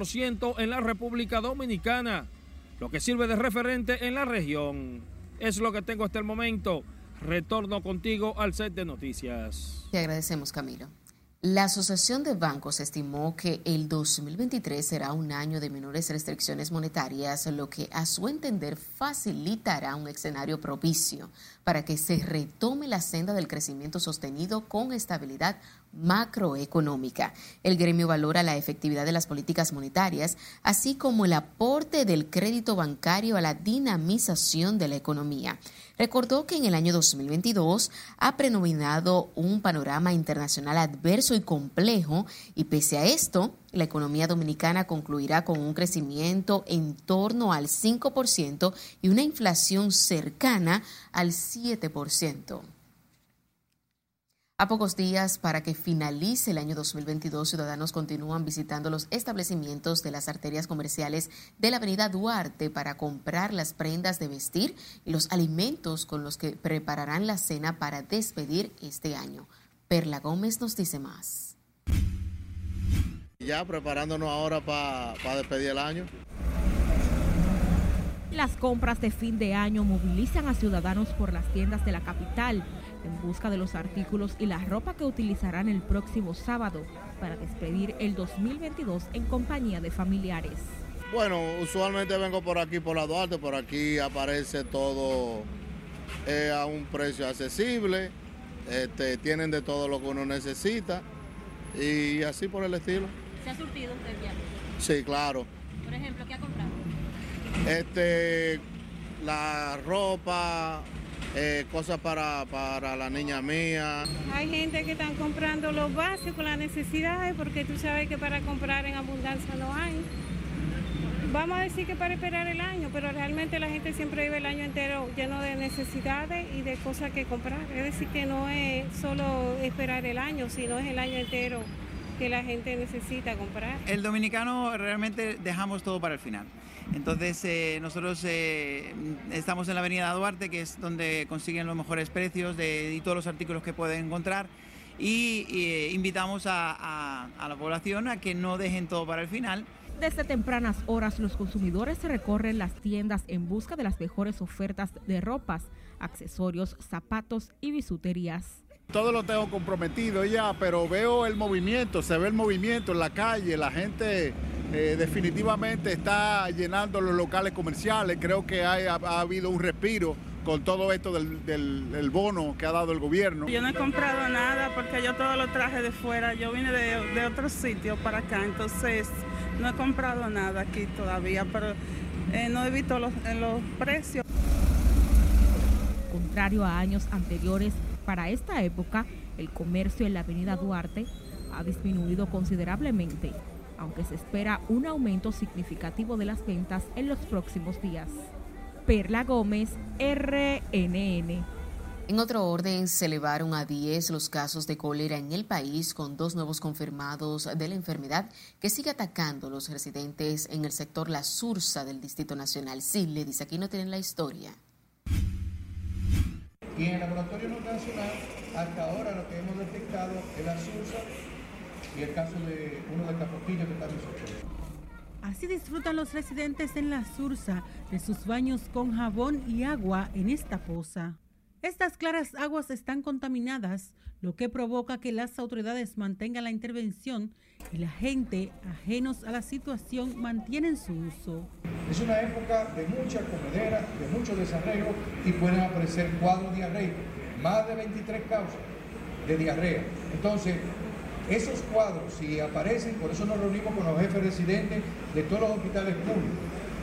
5% en la República Dominicana, lo que sirve de referente en la región. Es lo que tengo hasta el momento. Retorno contigo al set de noticias. Te agradecemos, Camilo. La Asociación de Bancos estimó que el 2023 será un año de menores restricciones monetarias, lo que a su entender facilitará un escenario propicio para que se retome la senda del crecimiento sostenido con estabilidad macroeconómica. El gremio valora la efectividad de las políticas monetarias, así como el aporte del crédito bancario a la dinamización de la economía. Recordó que en el año 2022 ha predominado un panorama internacional adverso y complejo, y pese a esto, la economía dominicana concluirá con un crecimiento en torno al 5% y una inflación cercana al 7%. A pocos días para que finalice el año 2022, ciudadanos continúan visitando los establecimientos de las arterias comerciales de la avenida Duarte para comprar las prendas de vestir y los alimentos con los que prepararán la cena para despedir este año. Perla Gómez nos dice más. Ya preparándonos ahora para despedir el año. Las compras de fin de año movilizan a ciudadanos por las tiendas de la capital en busca de los artículos y la ropa que utilizarán el próximo sábado para despedir el 2022 en compañía de familiares. Bueno, usualmente vengo por aquí, por la Duarte, por aquí aparece todo a un precio accesible, tienen de todo lo que uno necesita y así por el estilo. ¿Se ha surtido usted ya? Sí, claro. Por ejemplo, ¿qué ha comprado? La ropa, cosas para la niña mía. Hay gente que están comprando los básicos, las necesidades, porque tú sabes que para comprar en abundancia no hay. Vamos a decir que para esperar el año, pero realmente la gente siempre vive el año entero lleno de necesidades y de cosas que comprar. Es decir, que no es solo esperar el año, sino es el año entero que la gente necesita comprar. El dominicano realmente dejamos todo para el final. Entonces nosotros estamos en la avenida Duarte, que es donde consiguen los mejores precios y todos los artículos que pueden encontrar, y invitamos a la población a que no dejen todo para el final. Desde tempranas horas los consumidores recorren las tiendas en busca de las mejores ofertas de ropas, accesorios, zapatos y bisuterías. Todo lo tengo comprometido ya, pero veo el movimiento, se ve el movimiento en la calle, la gente definitivamente está llenando los locales comerciales. Creo que ha habido un respiro con todo esto del bono que ha dado el gobierno. Yo no he comprado nada porque yo todo lo traje de fuera, yo vine de otro sitio para acá, entonces no he comprado nada aquí todavía, pero no he visto los precios. Contrario a años anteriores, para esta época, el comercio en la avenida Duarte ha disminuido considerablemente, aunque se espera un aumento significativo de las ventas en los próximos días. Perla Gómez, RNN. En otro orden, se elevaron a 10 los casos de cólera en el país, con 2 nuevos confirmados de la enfermedad que sigue atacando a los residentes en el sector La Sursa del Distrito Nacional. Sí, le dice, aquí no tienen la historia. Y en el laboratorio nacional, hasta ahora lo que hemos detectado es la Sursa y el caso de uno de Capotillo que está en sospechoso. Así disfrutan los residentes en La Sursa de sus baños con jabón y agua en esta poza. Estas claras aguas están contaminadas, lo que provoca que las autoridades mantengan la intervención y la gente, ajenos a la situación, mantienen su uso. Es una época de mucha comedera, de mucho desarrollo y pueden aparecer cuadros diarreicos, más de 23 causas de diarrea. Entonces, esos cuadros, si aparecen, por eso nos reunimos con los jefes residentes de todos los hospitales públicos.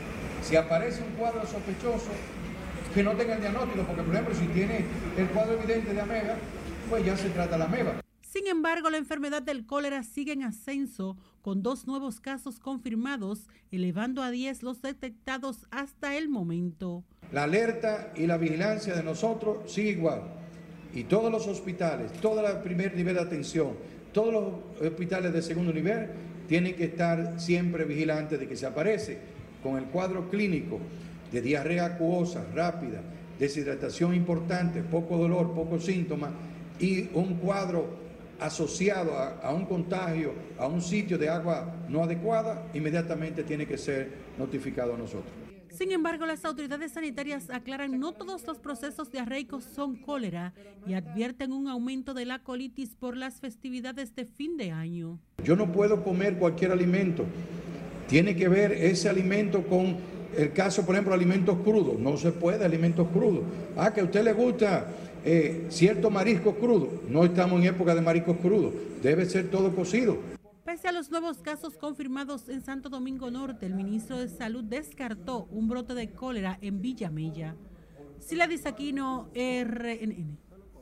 Si aparece un cuadro sospechoso, que no tenga el diagnóstico, porque por ejemplo, si tiene el cuadro evidente de ameba, pues ya se trata la ameba. Sin embargo, la enfermedad del cólera sigue en ascenso, con 2 nuevos casos confirmados, elevando a 10 los detectados hasta el momento. La alerta y la vigilancia de nosotros sigue igual. Y todos los hospitales, todo el primer nivel de atención, todos los hospitales de segundo nivel tienen que estar siempre vigilantes de que se aparece con el cuadro clínico de diarrea acuosa, rápida, deshidratación importante, poco dolor, pocos síntomas y un cuadro asociado a un contagio, a un sitio de agua no adecuada, inmediatamente tiene que ser notificado a nosotros. Sin embargo, las autoridades sanitarias aclaran no todos los procesos diarreicos son cólera y advierten un aumento de la colitis por las festividades de fin de año. Yo no puedo comer cualquier alimento. Tiene que ver ese alimento con el caso, por ejemplo, alimentos crudos. No se puede alimentos crudos. Que a usted le gusta cierto marisco crudo. No estamos en época de mariscos crudos. Debe ser todo cocido. Pese a los nuevos casos confirmados en Santo Domingo Norte, el ministro de Salud descartó un brote de cólera en Villamella. Siladis Aquino, RNN.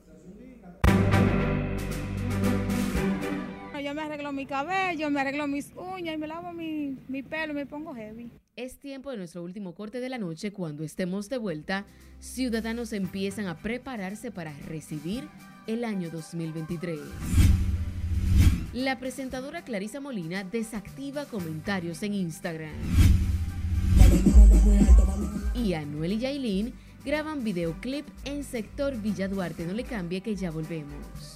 Yo me arreglo mi cabello, me arreglo mis uñas y me lavo mi pelo y me pongo heavy. Es tiempo de nuestro último corte de la noche. Cuando estemos de vuelta, ciudadanos empiezan a prepararse para recibir el año 2023. La presentadora Clarisa Molina desactiva comentarios en Instagram. Y Anuel y Yailin graban videoclip en sector Villa Duarte. No le cambie que ya volvemos.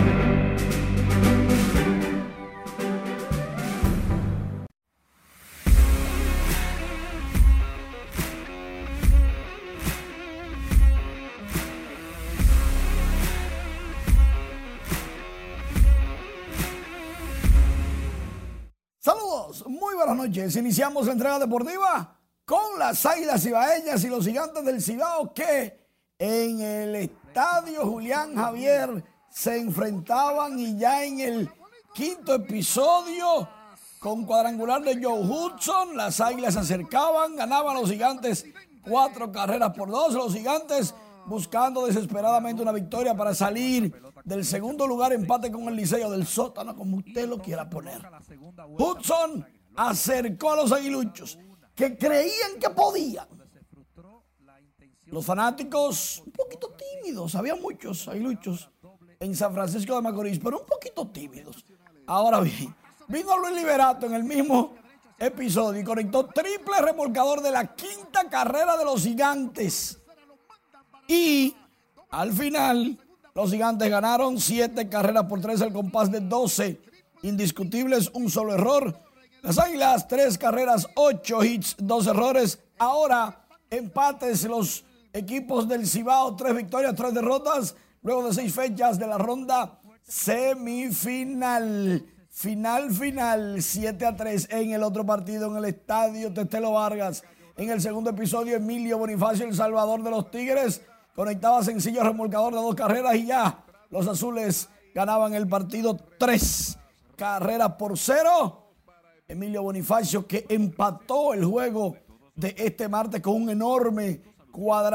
Saludos, muy buenas noches. Iniciamos la entrega deportiva con las Águilas Cibaeñas y los Gigantes del Cibao que en el estadio Julián Javier se enfrentaban y ya en el 5º episodio con cuadrangular de Joe Hudson, las Águilas se acercaban, ganaban los Gigantes 4-2. Los Gigantes buscando desesperadamente una victoria para salir del segundo lugar, empate con el Liceo del sótano, como usted lo quiera poner. Hudson acercó a los aguiluchos que creían que podían. Los fanáticos un poquito tímidos, había muchos aguiluchos en San Francisco de Macorís, pero un poquito tímidos. Ahora bien, vino Luis Liberato en el mismo episodio y conectó triple remolcador de la 5ª carrera de los Gigantes. Y al final, los Gigantes ganaron 7-3 al compás de 12 indiscutibles, un solo error. Las Águilas, 3 carreras, 8 hits, 2 errores. Ahora, empates los equipos del Cibao, 3 victorias, 3 derrotas, luego de 6 fechas de la ronda semifinal. Final, 7-3 en el otro partido en el estadio Tetelo Vargas. En el segundo episodio, Emilio Bonifacio, el salvador de los Tigres, conectaba sencillo remolcador de 2 carreras y ya los azules ganaban el partido 3-0. Emilio Bonifacio que empató el juego de este martes con un enorme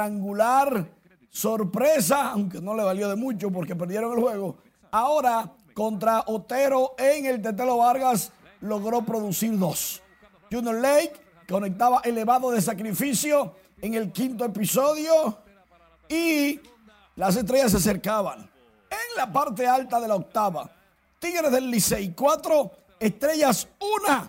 cuadrangular. Sorpresa, aunque no le valió de mucho porque perdieron el juego. Ahora contra Otero en el Tetelo Vargas logró producir 2. Junior Lake conectaba elevado de sacrificio en el 5º episodio y las estrellas se acercaban. En la parte alta de la 8ª, Tigres del Licey 4, Estrellas 1.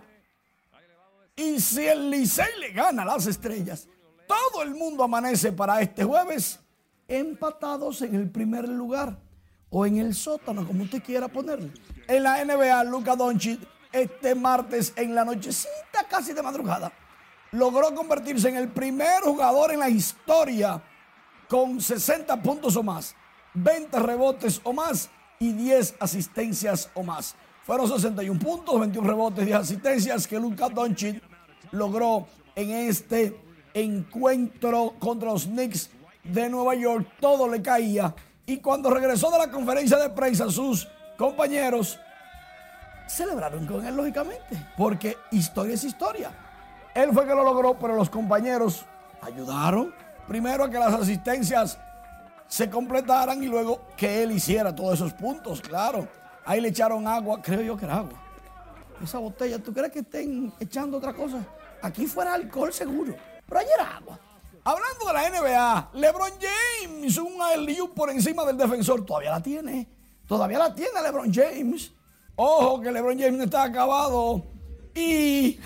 Y si el Licey le gana a las Estrellas, todo el mundo amanece para este jueves empatados en el primer lugar o en el sótano, como usted quiera ponerle. En la NBA, Luka Doncic este martes en la nochecita, casi de madrugada, logró convertirse en el primer jugador en la historia con 60 puntos o más, 20 rebotes o más y 10 asistencias o más. Fueron 61 puntos, 21 rebotes, 10 asistencias que Luka Doncic logró en este encuentro contra los Knicks de Nueva York. Todo le caía. Y cuando regresó de la conferencia de prensa, sus compañeros celebraron con él, lógicamente, porque historia es historia. Él fue que lo logró, pero los compañeros ayudaron primero a que las asistencias se completaran y luego que él hiciera todos esos puntos, claro. Ahí le echaron agua, creo yo que era agua. Esa botella, ¿tú crees que estén echando otra cosa? Aquí fuera alcohol seguro, pero ahí era agua. Hablando de la NBA, LeBron James, un alley-oop por encima del defensor, todavía la tiene LeBron James. Ojo que LeBron James no está acabado. Y,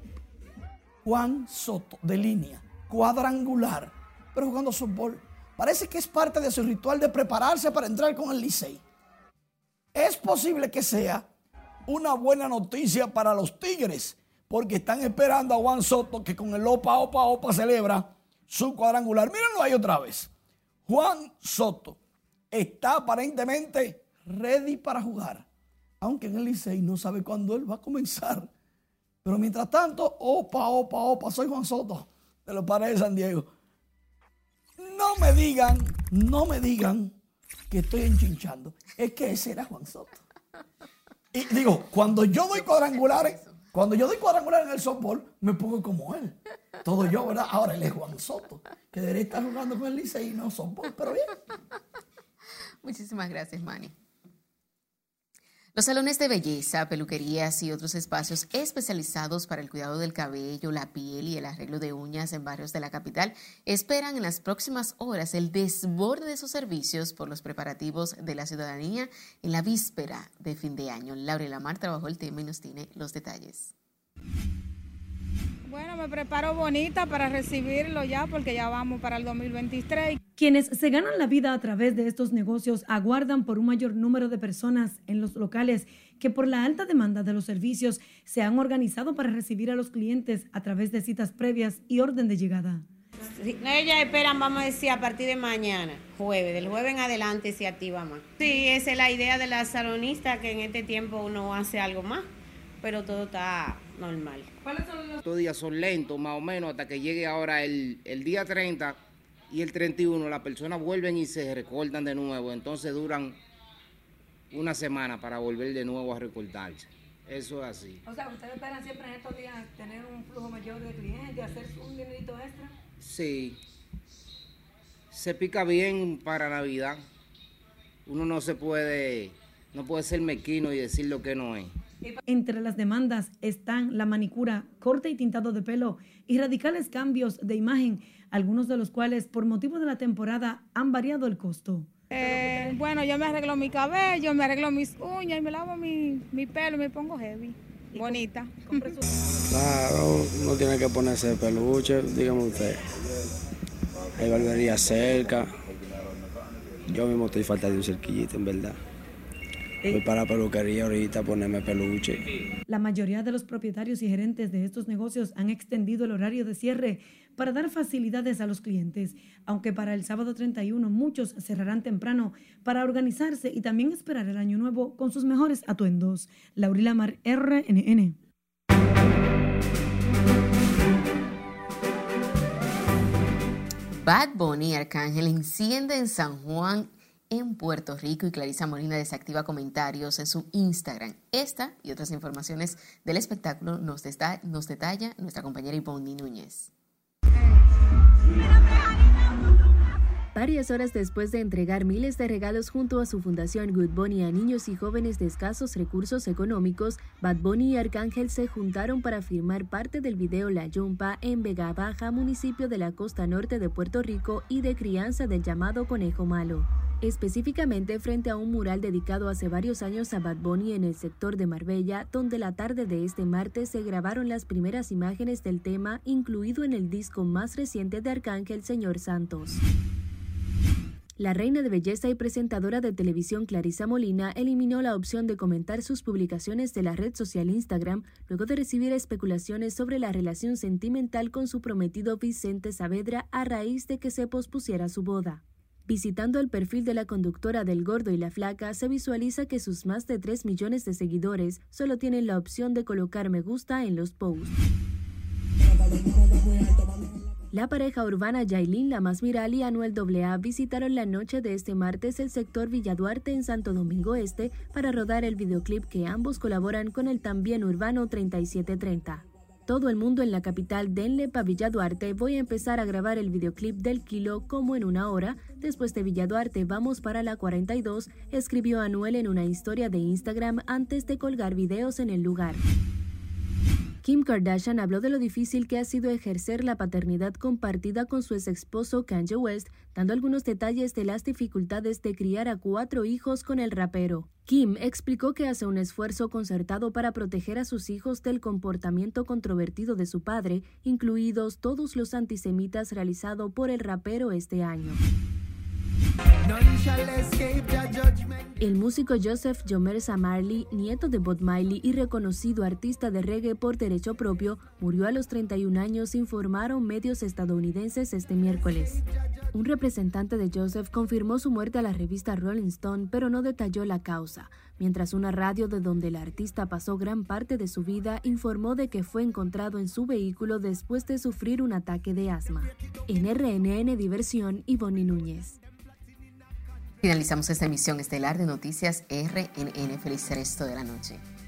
Juan Soto de línea, cuadrangular, pero jugando softball. Parece que es parte de su ritual de prepararse para entrar con el Licey. Es posible que sea una buena noticia para los Tigres, porque están esperando a Juan Soto, que con el opa celebra su cuadrangular. Mírenlo ahí otra vez. Juan Soto está aparentemente ready para jugar, aunque en el Licey no sabe cuándo él va a comenzar. Pero mientras tanto, opa, soy Juan Soto de los Padres de San Diego. No me digan que estoy enchinchando. Es que ese era Juan Soto. Y digo, cuando yo doy cuadrangulares en el softball, me pongo como él. Todo yo, ¿verdad? Ahora él es Juan Soto, que debería estar jugando con el Licey y no softball, pero bien. Muchísimas gracias, Manny. Los salones de belleza, peluquerías y otros espacios especializados para el cuidado del cabello, la piel y el arreglo de uñas en barrios de la capital esperan en las próximas horas el desborde de sus servicios por los preparativos de la ciudadanía en la víspera de fin de año. Laura Lamar trabajó el tema y nos tiene los detalles. Bueno, me preparo bonita para recibirlo ya porque ya vamos para el 2023. Quienes se ganan la vida a través de estos negocios aguardan por un mayor número de personas en los locales que por la alta demanda de los servicios se han organizado para recibir a los clientes a través de citas previas y orden de llegada. Ellas esperan, vamos a decir, a partir de mañana, jueves, del jueves en adelante se activa más. Sí, esa es la idea de la salonista, que en este tiempo uno hace algo más, pero todo está normal. ¿Cuáles son los? Estos días son lentos, más o menos, hasta que llegue ahora el día 30 y el 31, las personas vuelven y se recortan de nuevo, entonces duran una semana para volver de nuevo a recortarse. Eso es así. O sea, ¿ustedes esperan siempre en estos días tener un flujo mayor de clientes, hacer un dinerito extra? Sí. Se pica bien para Navidad. Uno no puede ser mezquino y decir lo que no es. Entre las demandas están la manicura, corte y tintado de pelo y radicales cambios de imagen, algunos de los cuales por motivo de la temporada han variado el costo. Bueno, yo me arreglo mi cabello, me arreglo mis uñas y me lavo mi pelo y me pongo heavy, bonita. Claro, uno tiene que ponerse peluche, dígame usted. Hay barbería cerca. Yo mismo estoy falta de un cerquillito, en verdad. Voy para la peluquería ahorita a ponerme peluche. La mayoría de los propietarios y gerentes de estos negocios han extendido el horario de cierre para dar facilidades a los clientes, aunque para el sábado 31 muchos cerrarán temprano para organizarse y también esperar el año nuevo con sus mejores atuendos. Laura Lamar, RNN. Bad Bunny y Arcángel enciende en San Juan, en Puerto Rico, y Clarisa Molina desactiva comentarios en su Instagram. Esta y otras informaciones del espectáculo nos detalla nuestra compañera Ivonne Núñez. Varias horas después de entregar miles de regalos junto a su fundación Good Bunny a niños y jóvenes de escasos recursos económicos, Bad Bunny y Arcángel se juntaron para filmar parte del video La Yumpa en Vega Baja, municipio de la costa norte de Puerto Rico y de crianza del llamado conejo malo. Específicamente frente a un mural dedicado hace varios años a Bad Bunny en el sector de Marbella, donde la tarde de este martes se grabaron las primeras imágenes del tema, incluido en el disco más reciente de Arcángel, Señor Santos. La reina de belleza y presentadora de televisión Clarissa Molina eliminó la opción de comentar sus publicaciones de la red social Instagram luego de recibir especulaciones sobre la relación sentimental con su prometido Vicente Saavedra a raíz de que se pospusiera su boda. Visitando el perfil de la conductora del Gordo y la Flaca, se visualiza que sus más de 3 millones de seguidores solo tienen la opción de colocar me gusta en los posts. La pareja urbana Yailin La Más Viral y Anuel AA visitaron la noche de este martes el sector Villa Duarte en Santo Domingo Este para rodar el videoclip que ambos colaboran con el también urbano 3730. Todo el mundo en la capital, denle pa' Villa Duarte, voy a empezar a grabar el videoclip del Kilo como en una hora. Después de Villa Duarte vamos para la 42, escribió Anuel en una historia de Instagram antes de colgar videos en el lugar. Kim Kardashian habló de lo difícil que ha sido ejercer la paternidad compartida con su ex esposo Kanye West, dando algunos detalles de las dificultades de criar a 4 hijos con el rapero. Kim explicó que hace un esfuerzo concertado para proteger a sus hijos del comportamiento controvertido de su padre, incluidos todos los antisemitas realizados por el rapero este año. El músico Joseph Jomersa Marley, nieto de Bob Marley y reconocido artista de reggae por derecho propio, murió a los 31 años, informaron medios estadounidenses este miércoles. Un representante de Joseph confirmó su muerte a la revista Rolling Stone, pero no detalló la causa, mientras una radio de donde el artista pasó gran parte de su vida informó de que fue encontrado en su vehículo después de sufrir un ataque de asma. En RNN Diversión, Ivonne Núñez. Finalizamos esta emisión estelar de Noticias RNN. Feliz resto de la noche.